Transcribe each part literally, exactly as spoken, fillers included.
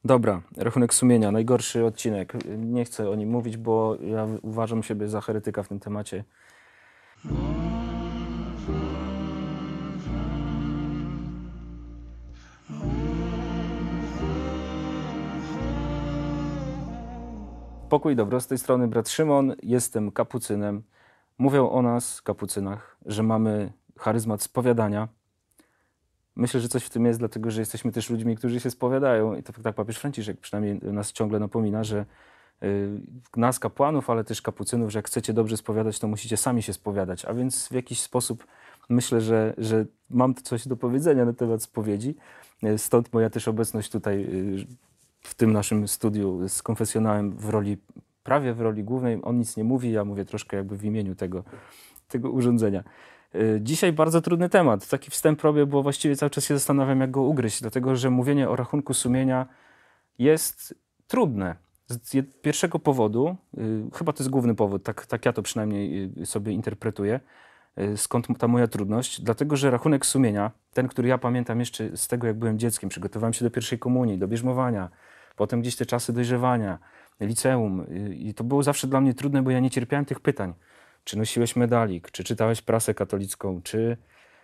Dobra, rachunek sumienia, najgorszy odcinek. Nie chcę o nim mówić, bo ja uważam siebie za heretyka w tym temacie. Pokój dobro, z tej strony brat Szymon, jestem kapucynem. Mówią o nas, kapucynach, że mamy charyzmat spowiadania. Myślę, że coś w tym jest, dlatego że jesteśmy też ludźmi, którzy się spowiadają. I to tak papież Franciszek przynajmniej nas ciągle napomina, że y, nas kapłanów, ale też kapucynów, że jak chcecie dobrze spowiadać, to musicie sami się spowiadać. A więc w jakiś sposób myślę, że, że mam coś do powiedzenia na temat spowiedzi. Y, Stąd moja też obecność tutaj y, w tym naszym studiu z konfesjonałem w roli, prawie w roli głównej. On nic nie mówi, ja mówię troszkę jakby w imieniu tego, tego urządzenia. Dzisiaj bardzo trudny temat. Taki wstęp robię, bo właściwie cały czas się zastanawiam, jak go ugryźć, dlatego że mówienie o rachunku sumienia jest trudne. Z pierwszego powodu, chyba to jest główny powód, tak, tak ja to przynajmniej sobie interpretuję, skąd ta moja trudność, dlatego że rachunek sumienia, ten, który ja pamiętam jeszcze z tego, jak byłem dzieckiem, przygotowałem się do pierwszej komunii, do bierzmowania, potem gdzieś te czasy dojrzewania, liceum i to było zawsze dla mnie trudne, bo ja nie cierpiałem tych pytań. Czy nosiłeś medalik, czy czytałeś prasę katolicką, czy...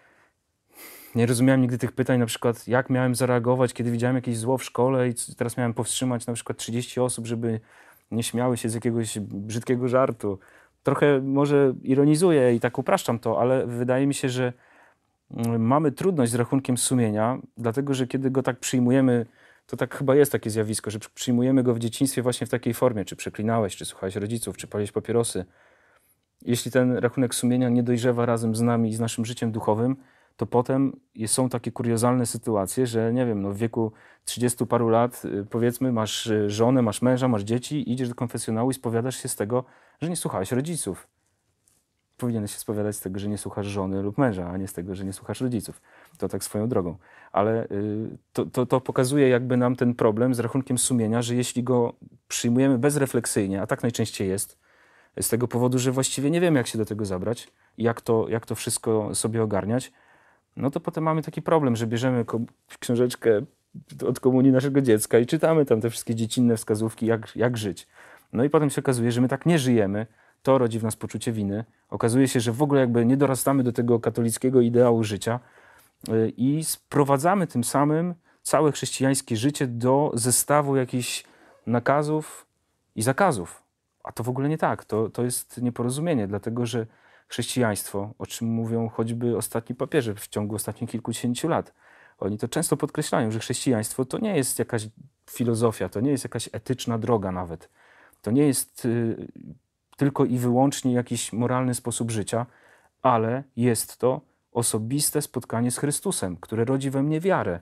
Nie rozumiałem nigdy tych pytań, na przykład jak miałem zareagować, kiedy widziałem jakieś zło w szkole i teraz miałem powstrzymać na przykład trzydzieści osób, żeby nie śmiały się z jakiegoś brzydkiego żartu. Trochę może ironizuję i tak upraszczam to, ale wydaje mi się, że mamy trudność z rachunkiem sumienia, dlatego że kiedy go tak przyjmujemy, to tak chyba jest takie zjawisko, że przyjmujemy go w dzieciństwie właśnie w takiej formie, czy przeklinałeś, czy słuchałeś rodziców, czy paliłeś papierosy. Jeśli ten rachunek sumienia nie dojrzewa razem z nami i z naszym życiem duchowym, to potem są takie kuriozalne sytuacje, że nie wiem, no w wieku trzydziestu paru lat, powiedzmy, masz żonę, masz męża, masz dzieci, idziesz do konfesjonału i spowiadasz się z tego, że nie słuchałeś rodziców. Powinieneś się spowiadać z tego, że nie słuchasz żony lub męża, a nie z tego, że nie słuchasz rodziców. To tak swoją drogą. Ale y, to, to, to pokazuje jakby nam ten problem z rachunkiem sumienia, że jeśli go przyjmujemy bezrefleksyjnie, a tak najczęściej jest, z tego powodu, że właściwie nie wiemy, jak się do tego zabrać, jak to, jak to wszystko sobie ogarniać, no to potem mamy taki problem, że bierzemy książeczkę od komunii naszego dziecka i czytamy tam te wszystkie dziecinne wskazówki, jak, jak żyć. No i potem się okazuje, że my tak nie żyjemy, to rodzi w nas poczucie winy. Okazuje się, że w ogóle jakby nie dorastamy do tego katolickiego ideału życia i sprowadzamy tym samym całe chrześcijańskie życie do zestawu jakichś nakazów i zakazów. A to w ogóle nie tak. To, to jest nieporozumienie, dlatego że chrześcijaństwo, o czym mówią choćby ostatni papieże w ciągu ostatnich kilkudziesięciu lat, oni to często podkreślają, że chrześcijaństwo to nie jest jakaś filozofia, to nie jest jakaś etyczna droga nawet. To nie jest y, tylko i wyłącznie jakiś moralny sposób życia, ale jest to osobiste spotkanie z Chrystusem, które rodzi we mnie wiarę.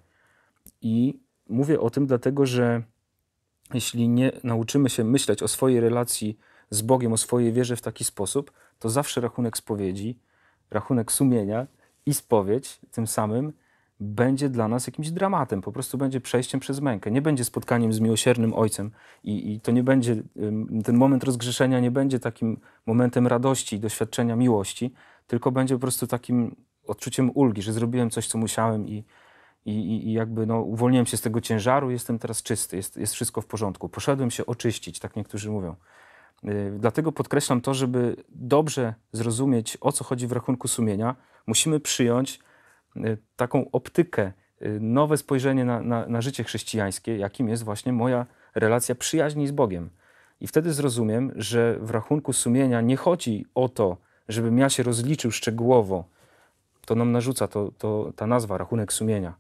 I mówię o tym dlatego, że jeśli nie nauczymy się myśleć o swojej relacji z Bogiem, o swojej wierze w taki sposób, to zawsze rachunek spowiedzi, rachunek sumienia i spowiedź tym samym będzie dla nas jakimś dramatem, po prostu będzie przejściem przez mękę. Nie będzie spotkaniem z miłosiernym Ojcem i, i to nie będzie, ten moment rozgrzeszenia nie będzie takim momentem radości i doświadczenia miłości, tylko będzie po prostu takim odczuciem ulgi, że zrobiłem coś, co musiałem i, i, i jakby no, uwolniłem się z tego ciężaru, jestem teraz czysty, jest, jest wszystko w porządku. Poszedłem się oczyścić, tak niektórzy mówią. Yy, dlatego podkreślam to, żeby dobrze zrozumieć, o co chodzi w rachunku sumienia, musimy przyjąć yy, taką optykę, yy, nowe spojrzenie na, na, na życie chrześcijańskie, jakim jest właśnie moja relacja przyjaźni z Bogiem. I wtedy zrozumiem, że w rachunku sumienia nie chodzi o to, żebym ja się rozliczył szczegółowo. To nam narzuca to, to, ta nazwa, rachunek sumienia.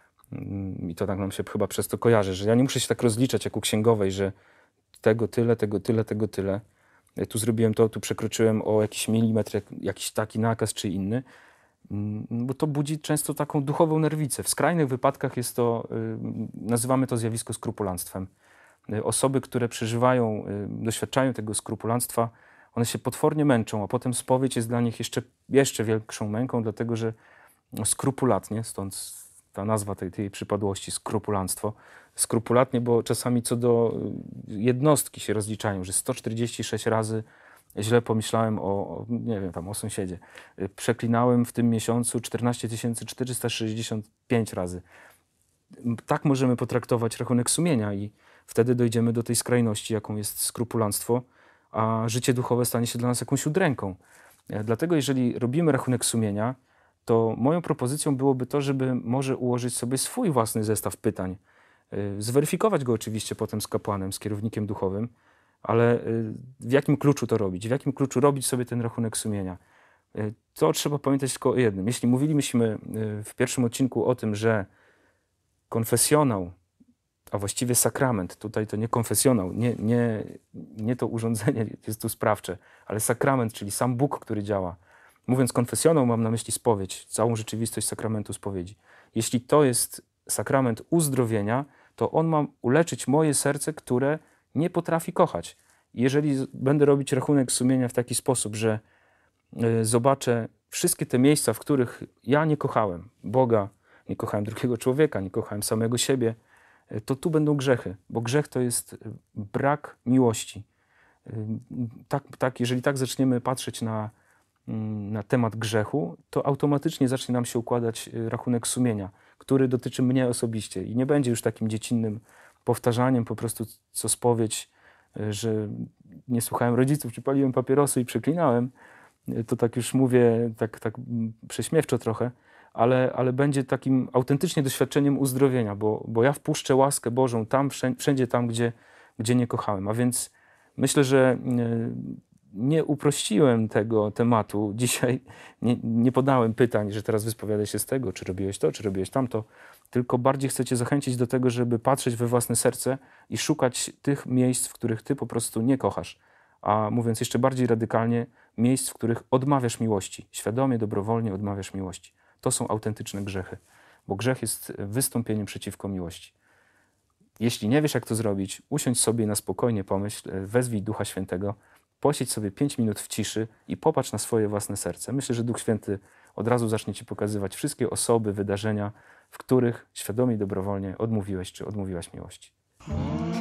I to tak nam się chyba przez to kojarzy, że ja nie muszę się tak rozliczać jak u księgowej, że tego tyle, tego tyle, tego tyle. Tu zrobiłem to, tu przekroczyłem o jakiś milimetr, jak, jakiś taki nakaz czy inny, bo to budzi często taką duchową nerwicę. W skrajnych wypadkach jest to, nazywamy to zjawisko skrupulanstwem. Osoby, które przeżywają, doświadczają tego skrupulanstwa, one się potwornie męczą, a potem spowiedź jest dla nich jeszcze, jeszcze większą męką, dlatego że skrupulatnie, stąd ta nazwa tej, tej przypadłości, skrupulanstwo. Skrupulatnie, bo czasami co do jednostki się rozliczają, że sto czterdzieści sześć razy źle pomyślałem o, o, nie wiem, tam o sąsiedzie. Przeklinałem w tym miesiącu czternaście tysięcy czterysta sześćdziesiąt pięć razy. tak możemy potraktować rachunek sumienia i wtedy dojdziemy do tej skrajności, jaką jest skrupulanstwo, a życie duchowe stanie się dla nas jakąś udręką. Dlatego jeżeli robimy rachunek sumienia, to moją propozycją byłoby to, żeby może ułożyć sobie swój własny zestaw pytań. Zweryfikować go oczywiście potem z kapłanem, z kierownikiem duchowym, ale w jakim kluczu to robić? W jakim kluczu robić sobie ten rachunek sumienia? To trzeba pamiętać tylko o jednym. Jeśli mówiliśmy w pierwszym odcinku o tym, że konfesjonał, a właściwie sakrament, tutaj to nie konfesjonał, nie, nie, nie to urządzenie jest tu sprawcze, ale sakrament, czyli sam Bóg, który działa. Mówiąc konfesjonał, mam na myśli spowiedź, całą rzeczywistość sakramentu spowiedzi. Jeśli to jest sakrament uzdrowienia, to on ma uleczyć moje serce, które nie potrafi kochać. Jeżeli będę robić rachunek sumienia w taki sposób, że y, zobaczę wszystkie te miejsca, w których ja nie kochałem Boga, nie kochałem drugiego człowieka, nie kochałem samego siebie, y, to tu będą grzechy, bo grzech to jest brak miłości. Y, tak, tak, jeżeli tak zaczniemy patrzeć na, y, na temat grzechu, to automatycznie zacznie nam się układać rachunek sumienia, który dotyczy mnie osobiście i nie będzie już takim dziecinnym powtarzaniem po prostu co spowiedź, że nie słuchałem rodziców, czy paliłem papierosy i przeklinałem. To tak już mówię, tak, tak prześmiewczo trochę, ale, ale będzie takim autentycznie doświadczeniem uzdrowienia, bo, bo ja wpuszczę łaskę Bożą tam, wszędzie tam, gdzie, gdzie nie kochałem. A więc myślę, że nie uprościłem tego tematu. Dzisiaj nie, nie podałem pytań, że teraz wyspowiadaj się z tego, czy robiłeś to, czy robiłeś tamto, tylko bardziej chcę cię zachęcić do tego, żeby patrzeć we własne serce i szukać tych miejsc, w których ty po prostu nie kochasz. A mówiąc jeszcze bardziej radykalnie, miejsc, w których odmawiasz miłości. Świadomie, dobrowolnie odmawiasz miłości. To są autentyczne grzechy, bo grzech jest wystąpieniem przeciwko miłości. Jeśli nie wiesz, jak to zrobić, usiądź sobie na spokojnie pomyśl, wezwij Ducha Świętego, posiedź sobie pięć minut w ciszy i popatrz na swoje własne serce. Myślę, że Duch Święty od razu zacznie ci pokazywać wszystkie osoby, wydarzenia, w których świadomie i dobrowolnie odmówiłeś czy odmówiłaś miłości.